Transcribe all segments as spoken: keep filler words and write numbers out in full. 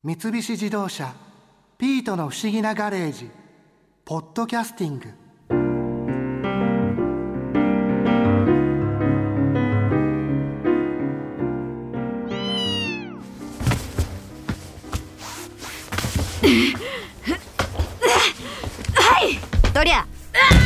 三菱自動車ピートの不思議なガレージポッドキャスティング。 はい、とりゃ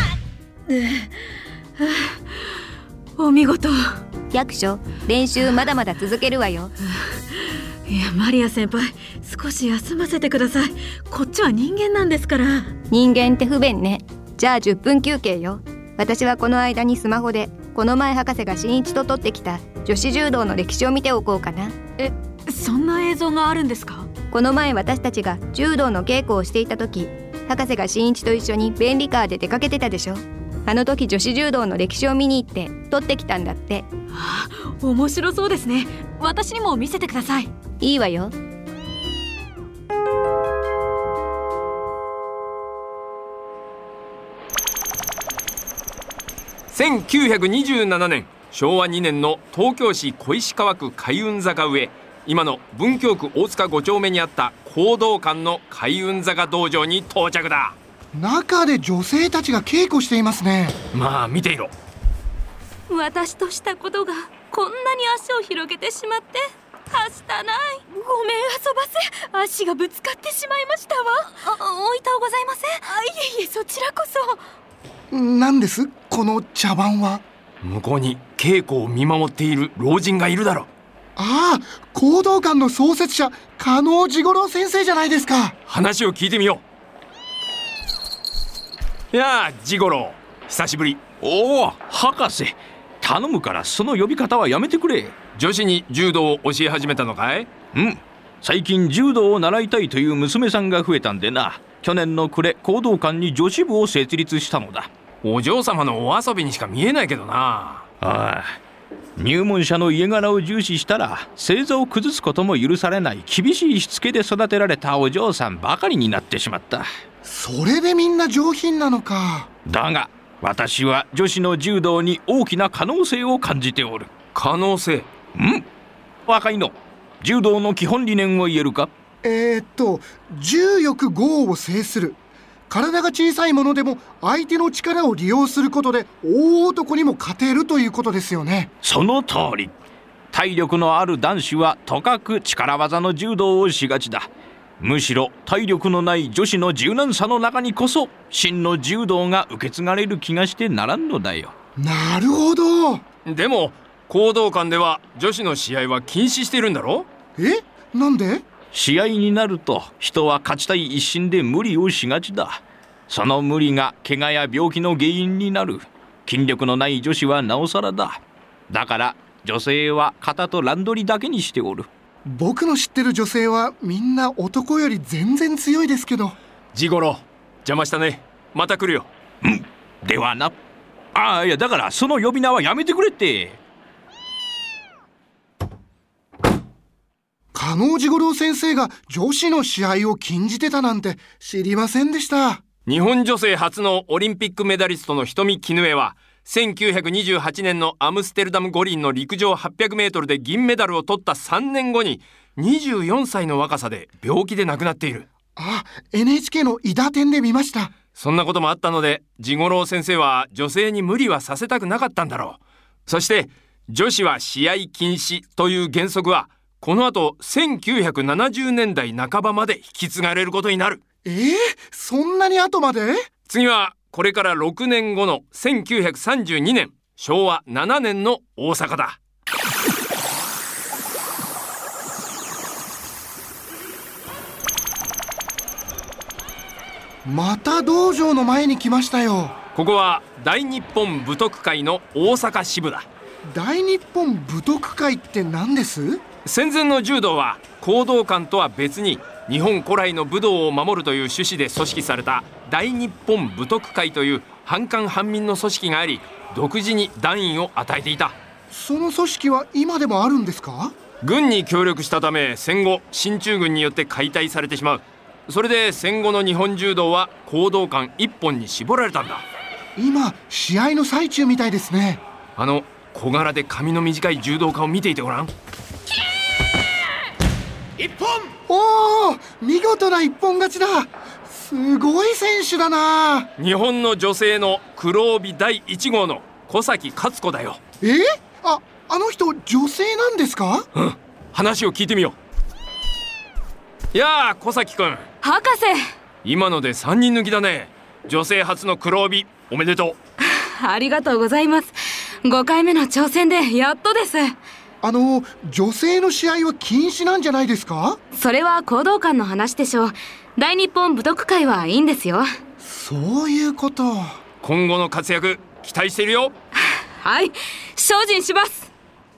お見事。 役所、練習まだまだ続けるわよ。 いや、マリア先輩、少し休ませてください。こっちは人間なんですから。 人間って不便ね。じゃあじゅっぷん休憩よ。私はこの間にスマホでこの前博士が新一と撮ってきた女子柔道の歴史を見ておこうかな。 え、そんな映像があるんですか？ この前私たちが柔道の稽古をしていた時、博士が新一と一緒に便利カーで出かけてたでしょ。あの時女子柔道の歴史を見に行って撮ってきたんだって。 はあ、面白そうですね。私にも見せてください。 いいわよ。 せんきゅうひゃくにじゅうななねん、しょうわにねんの東京市小石川区海運坂上、今の文京区大塚ご丁目にあった講道館の海運坂道場に到着だ。 中で女性たちが稽古していますね。 まあ見ていろ。 私としたことがこんなに足を広げてしまってはしたない。 ごめん、遊ばせ。足がぶつかってしまいましたわ。 あ、お痛うございません。 あ、いえいえ、そちらこそ。 何ですこの茶番は？ 向こうに稽古を見守っている老人がいるだろう。 ああ、講道館の創設者加納治五郎先生じゃないですか。 話を聞いてみよう。いやあ、治五郎、久しぶり。 おお、博士、頼むからその呼び方はやめてくれ。 女子に柔道を教え始めたのかい？ うん、最近柔道を習いたいという娘さんが増えたんでな、去年の暮れ講道館に女子部を設立したのだ。 お嬢様のお遊びにしか見えないけどな。 ああ、入門者の家柄を重視したら正座を崩すことも許されない厳しいしつけで育てられたお嬢さんばかりになってしまった。 それでみんな上品なのか。 だが私は女子の柔道に大きな可能性を感じておる。 可能性？ うん、若いの、柔道の基本理念を言えるか？ えー、っと柔欲剛を制する。体が小さいものでも相手の力を利用することで大男にも勝てるということですよね。 その通り。体力のある男子はとかく力技の柔道をしがちだ。むしろ体力のない女子の柔軟さの中にこそ真の柔道が受け継がれる気がしてならんのだよ。 なるほど。 でも講道館では女子の試合は禁止しているんだろ？ え、なんで？ 試合になると人は勝ちたい一心で無理をしがちだ。その無理が怪我や病気の原因になる。筋力のない女子はなおさらだ。だから女性は肩と乱取りだけにしておる。 僕の知ってる女性はみんな男より全然強いですけど。 治五郎、邪魔したね。また来るよ。 うん、ではな。ああ、いや、だからその呼び名はやめてくれって。 加納治五郎先生が女子の試合を禁じてたなんて知りませんでした。 日本女性初のオリンピックメダリストの瞳絹枝はせんきゅうひゃくにじゅうはちねんのアムステルダム五輪の陸上はっぴゃくメートルで銀メダルを取ったさんねんごににじゅうよんさいの若さで病気で亡くなっている。 あ、エヌエイチケー の伊田店で見ました。 そんなこともあったので治五郎先生は女性に無理はさせたくなかったんだろう。そして女子は試合禁止という原則はこの後せんきゅうひゃくななじゅうねんだいなかばまで引き継がれることになる。 えー、そんなに後まで？ 次はこれからろくねんごのせんきゅうひゃくさんじゅうにねん、しょうわななねんの大阪だ。 また道場の前に来ましたよ。 ここは大日本武徳会の大阪支部だ。 大日本武徳会って何です？ 戦前の柔道は講道館とは別に日本古来の武道を守るという趣旨で組織された大日本武徳会という半官半民の組織があり、独自に団員を与えていた。 その組織は今でもあるんですか？ 軍に協力したため戦後進駐軍によって解体されてしまう。それで戦後の日本柔道は講道館一本に絞られたんだ。 今試合の最中みたいですね。 あの小柄で髪の短い柔道家を見ていてごらん。 一本。 おお、 見事な一本勝ちだ。すごい選手だな。 日本の女性の黒帯だいいち号の小崎勝子だよ。 えー、あ、あの人女性なんですか？ うん、話を聞いてみよう。いやあ、小崎くん。 博士。 今のでさんにん抜きだね。女性初の黒帯おめでとう。 ありがとうございます。ごかいめの挑戦でやっとです。 あの女性の試合は禁止なんじゃないですか？ それは行動官の話でしょう。大日本武徳会はいいんですよ。 そういうこと。 今後の活躍期待しているよ。 はい、精進します。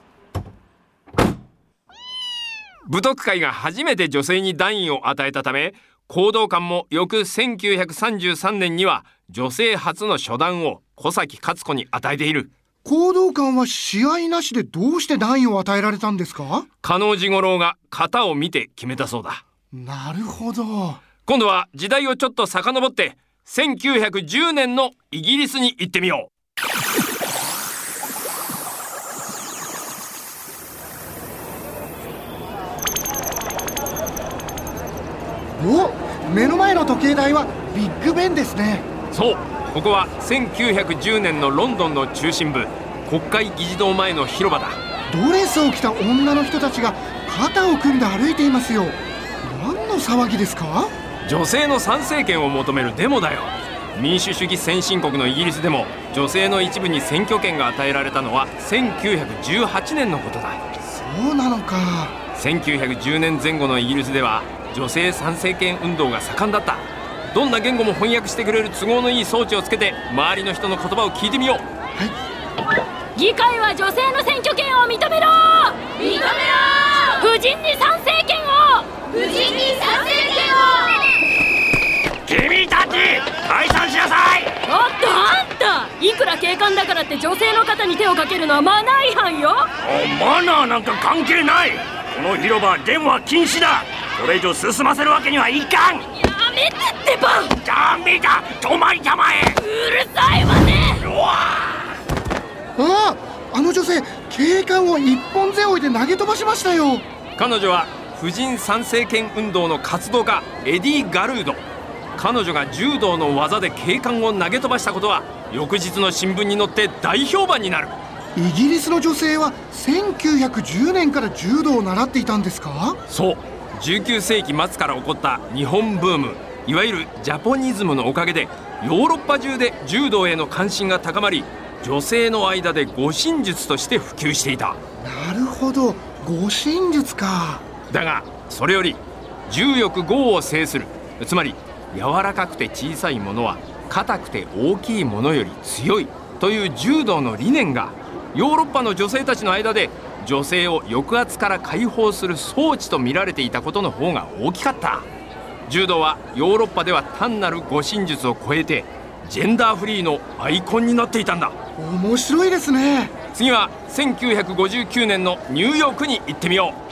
武徳会が初めて女性に段位を与えたため、行動官も翌せんきゅうひゃくさんじゅうさんねんには女性初の初段を小崎勝子に与えている。 行動官は試合なしでどうして段位を与えられたんですか？ 加納治五郎が型を見て決めたそうだ。 なるほど。 今度は時代をちょっと遡ってせんきゅうひゃくじゅうねんのイギリスに行ってみよう。お、目の前の時計台はビッグベンですね。 そう、ここはせんきゅうひゃくじゅうねんのロンドンの中心部、国会議事堂前の広場だ。 ドレスを着た女の人たちが肩を組んで歩いていますよ。何の騒ぎですか？ 女性の参政権を求めるデモだよ。民主主義先進国のイギリスでも女性の一部に選挙権が与えられたのはせんきゅうひゃくじゅうはちねんのことだ。 そうなのか。 せんきゅうひゃくじゅうねんぜん後のイギリスでは女性参政権運動が盛んだった。どんな言語も翻訳してくれる都合のいい装置をつけて周りの人の言葉を聞いてみよう。 はい。 議会は女性の選挙権を認めろ。認めろ。婦人に参政権を。婦人に参政権を。 君たち解散しなさい。 おっとあんた、いくら警官だからって女性の肩に手をかけるのはマナー違反よ。 マナーなんか関係ない。この広場デモは禁止だ。これ以上進ませるわけにはいかん。 やめてってば。 ダメだ、止まりたまえ。 うるさいわね。 うわああ、あの女性警官を一本背負いで投げ飛ばしましたよ。 彼女は婦人参政権運動の活動家エディ・ガルード。彼女が柔道の技で警官を投げ飛ばしたことは翌日の新聞に載って大評判になる。 イギリスの女性はせんきゅうひゃくじゅうねんから柔道を習っていたんですか？ そう、じゅうきゅうせいき末から起こった日本ブーム、いわゆるジャポニズムのおかげでヨーロッパ中で柔道への関心が高まり、女性の間で護身術として普及していた。 なるほど、護身術か。 だがそれより柔よく剛を制する、つまり柔らかくて小さいものは硬くて大きいものより強いという柔道の理念がヨーロッパの女性たちの間で女性を抑圧から解放する装置と見られていたことの方が大きかった。柔道はヨーロッパでは単なる護身術を超えてジェンダーフリーのアイコンになっていたんだ。 面白いですね。 次はせんきゅうひゃくごじゅうきゅうねんのニューヨークに行ってみよう。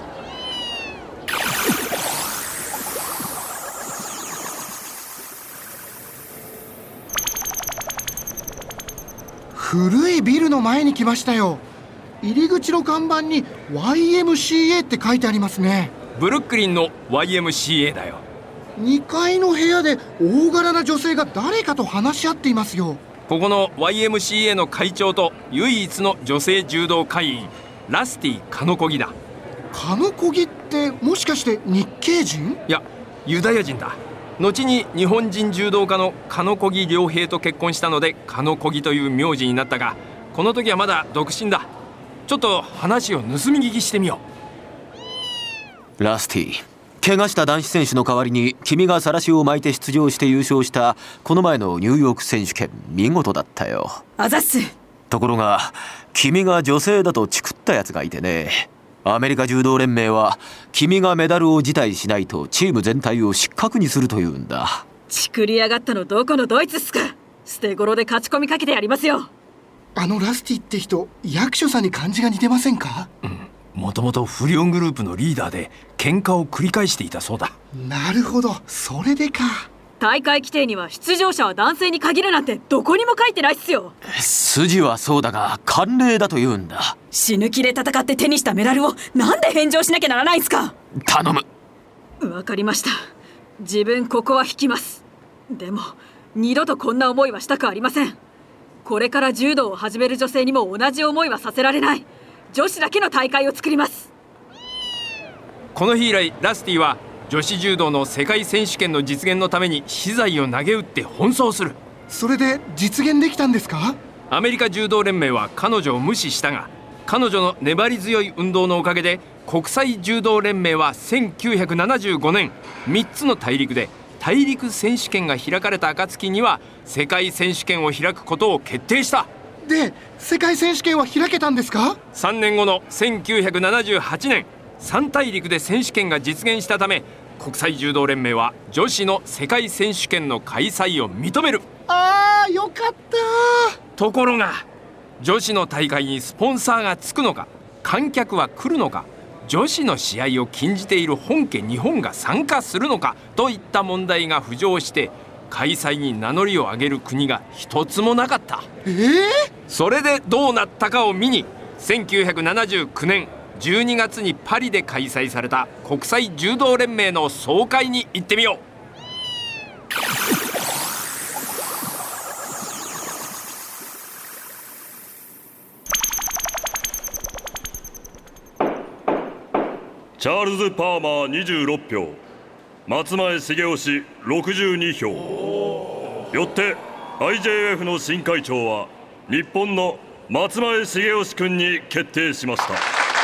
古いビルの前に来ましたよ。入り口の看板に ワイエムシーエー って書いてありますね。 ブルックリンの ワイエムシーエー だよ。 にかいの部屋で大柄な女性が誰かと話し合っていますよ。 ここの ワイエムシーエー の会長と唯一の女性柔道会員ラスティ・カノコギだ。 カノコギってもしかして日系人？ いや、ユダヤ人だ。後に日本人柔道家のカノコギ良平と結婚したのでカノコギという名字になったが、この時はまだ独身だ。ちょっと話を盗み聞きしてみよう。ラスティ、怪我した男子選手の代わりに君が晒しを巻いて出場して優勝したこの前のニューヨーク選手権、見事だったよ。 あざっす。 ところが君が女性だとチクったやつがいてね。アメリカ柔道連盟は君がメダルを辞退しないとチーム全体を失格にするというんだ。 チクりやがったのどこのドイツっすか。捨て頃で勝ち込みかけてやりますよ。 あのラスティって人、役所さんに感じが似てませんか？ う。うん、もともと不良グループのリーダーで喧嘩を繰り返していたそうだ。 なるほど、それでか。 大会規定には出場者は男性に限るなんてどこにも書いてないっすよ。 筋はそうだが慣例だと言うんだ。 死ぬ気で戦って手にしたメダルをなんで返上しなきゃならないんすか。 頼む。 わかりました。 自分ここは引きます。でも二度とこんな思いはしたくありません。これから柔道を始める女性にも同じ思いはさせられない。女子だけの大会を作ります。 この日以来ラスティは女子柔道の世界選手権の実現のために私財を投げ打って奔走する。 それで実現できたんですか？ アメリカ柔道連盟は彼女を無視したが、彼女の粘り強い運動のおかげで国際柔道連盟はせんきゅうひゃくななじゅうごねんみっつの大陸で大陸選手権が開かれた暁には世界選手権を開くことを決定した。 で、世界選手権は開けたんですか？ さんねんごのせんきゅうひゃくななじゅうはちねん、さん大陸で選手権が実現したため、国際柔道連盟は女子の世界選手権の開催を認める。 あー、よかった。 ところが女子の大会にスポンサーがつくのか、観客は来るのか、女子の試合を禁じている本家日本が参加するのかといった問題が浮上して、開催に名乗りを上げる国が一つもなかった。 えー、 それでどうなったかを見に、せんきゅうひゃくななじゅうきゅうねんじゅうにがつにパリで開催された国際柔道連盟の総会に行ってみよう。 チャールズ・パーマーにじゅうろくひょう、松前茂雄氏ろくじゅうにひょう。よって アイジェーエフ の新会長は日本の松前茂雄氏君に決定しました。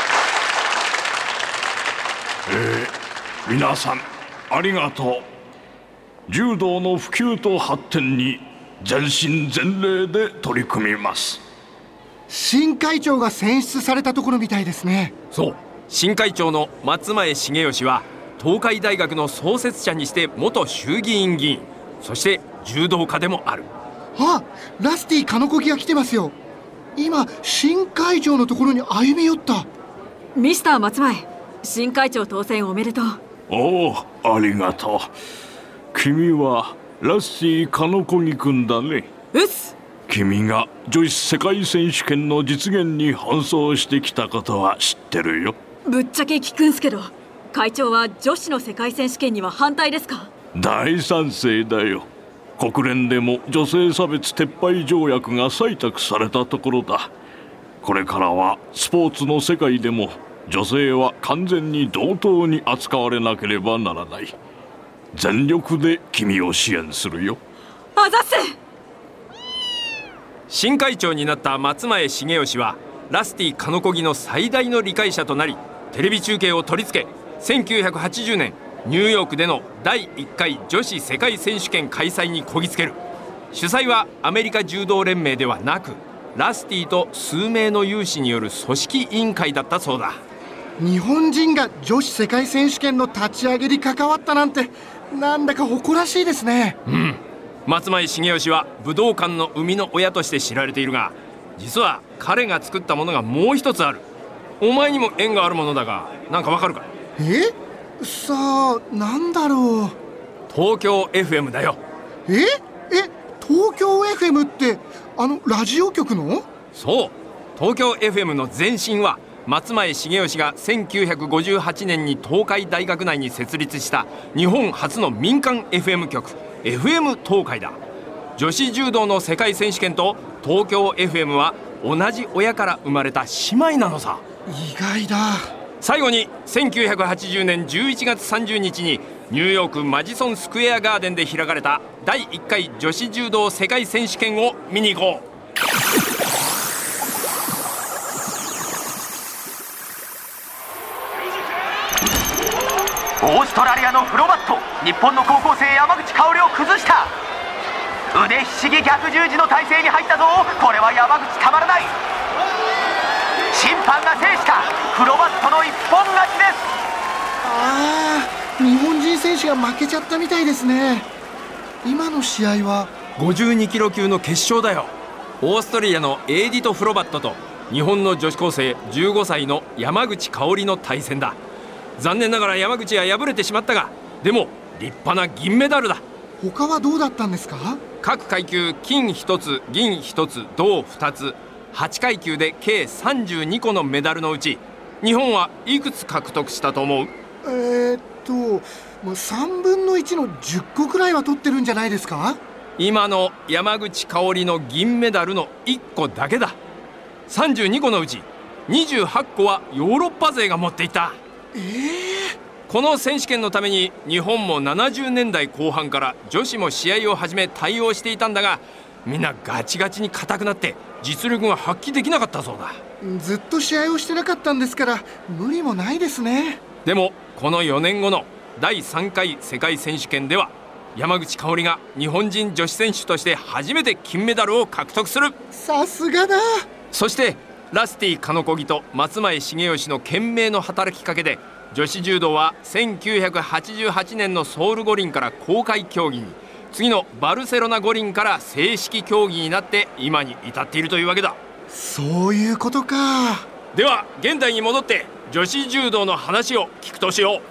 えー、皆さんありがとう。柔道の普及と発展に全身全霊で取り組みます。 新会長が選出されたところみたいですね。 そう、新会長の松前茂雄氏は東海大学の創設者にして元衆議院議員、そして柔道家でもある。 あ、ラスティカノコギが来てますよ。今新会長のところに歩み寄った。 ミスター松前、新会長当選おめでとう。 おお、ありがとう。君はラスティカノコギ君だね。 うっす。 君が女子世界選手権の実現に奔走してきたことは知ってるよ。 ぶっちゃけ聞くんすけど、会長は女子の世界選手権には反対ですか？ 大賛成だよ。国連でも女性差別撤廃条約が採択されたところだ。これからはスポーツの世界でも女性は完全に同等に扱われなければならない。全力で君を支援するよ。 あざっす。 新会長になった松前茂雄氏はラスティカノコギの最大の理解者となり、テレビ中継を取り付け、せんきゅうひゃくはちじゅうねんニューヨークでのだいいっかい女子世界選手権開催にこぎつける。主催はアメリカ柔道連盟ではなく、ラスティと数名の有志による組織委員会だったそうだ。 日本人が女子世界選手権の立ち上げに関わったなんて、なんだか誇らしいですね。 うん、松前茂雄氏は武道館の生みの親として知られているが、実は彼が作ったものがもう一つある。お前にも縁があるものだが、なんかわかるか？ え？さあ、なんだろう。 東京 エフエム だよ。 え？え、東京 エフエム ってあのラジオ局の？ そう、東京 エフエム の前身は松前茂雄氏がせんきゅうひゃくごじゅうはちねんに東海大学内に設立した日本初の民間 エフエム 局 エフエム 東海だ。女子柔道の世界選手権と東京 エフエム は同じ親から生まれた姉妹なのさ。 意外だ。 最後にせんきゅうひゃくはちじゅうねんじゅういちがつさんじゅうにちにニューヨークマジソンスクエアガーデンで開かれただいいっかい女子柔道世界選手権を見に行こう。 オーストラリアのフロバット、日本の高校生山口香を崩した。腕ひしぎ逆十字の体勢に入ったぞ。これは山口たまらない。審判が制したフロバットの一本勝ちです。 ああ、日本人選手が負けちゃったみたいですね。今の試合はごじゅうにキロ級の決勝だよ。オーストラリアのエーディト・フロバットと日本の女子高生じゅうごさいの山口香の対戦だ。残念ながら山口は敗れてしまったが、でも立派な銀メダルだ。 他はどうだったんですか？ 各階級金ひとつ銀ひとつ銅ふたつ、はちかいきゅうで計さんじゅうにこのメダルのうち、日本はいくつ獲得したと思う？ えー、っともうさんぶんのいちのじゅっこくらいは取ってるんじゃないですか。 今の山口香の銀メダルのいっこだけだ。さんじゅうにこのうちにじゅうはっこはヨーロッパ勢が持っていた。 えー、 この選手権のために日本もななじゅうねんだいこう半から女子も試合を始め対応していたんだが、みんなガチガチに硬くなって実力が発揮できなかったそうだ。 ずっと試合をしてなかったんですから無理もないですね。 でもこのよねんごのだいさんかい世界選手権では山口香が日本人女子選手として初めて金メダルを獲得する。 さすがだ。 そしてラスティ鹿子木と松前重義の懸命の働きかけで女子柔道はせんきゅうひゃくはちじゅうはちねんのソウル五輪から公開競技に、次のバルセロナ五輪から正式競技になって今に至っているというわけだ。 そういうことか。 では現代に戻って女子柔道の話を聞くとしよう。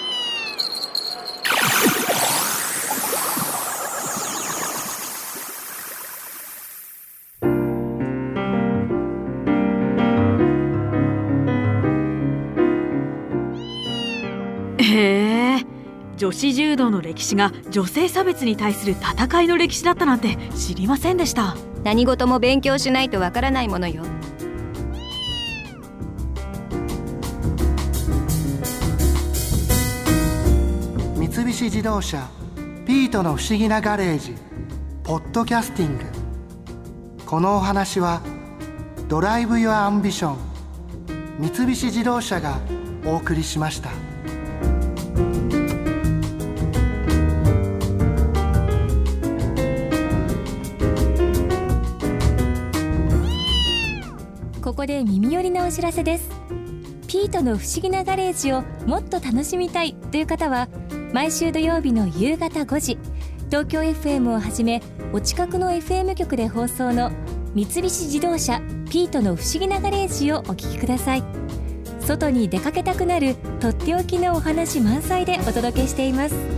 へえ、女子柔道の歴史が女性差別に対する戦いの歴史だったなんて知りませんでした。 何事も勉強しないとわからないものよ。 三菱自動車ピートの不思議なガレージポッドキャスティング。このお話はドライブ・ユア・アンビション三菱自動車がお送りしました。 ここで耳寄りなお知らせです。ピートの不思議なガレージをもっと楽しみたいという方は、毎週土曜日の夕方ごじ、東京 エフエム をはじめお近くの エフエム 局で放送の三菱自動車ピートの不思議なガレージをお聞きください。外に出かけたくなるとっておきのお話満載でお届けしています。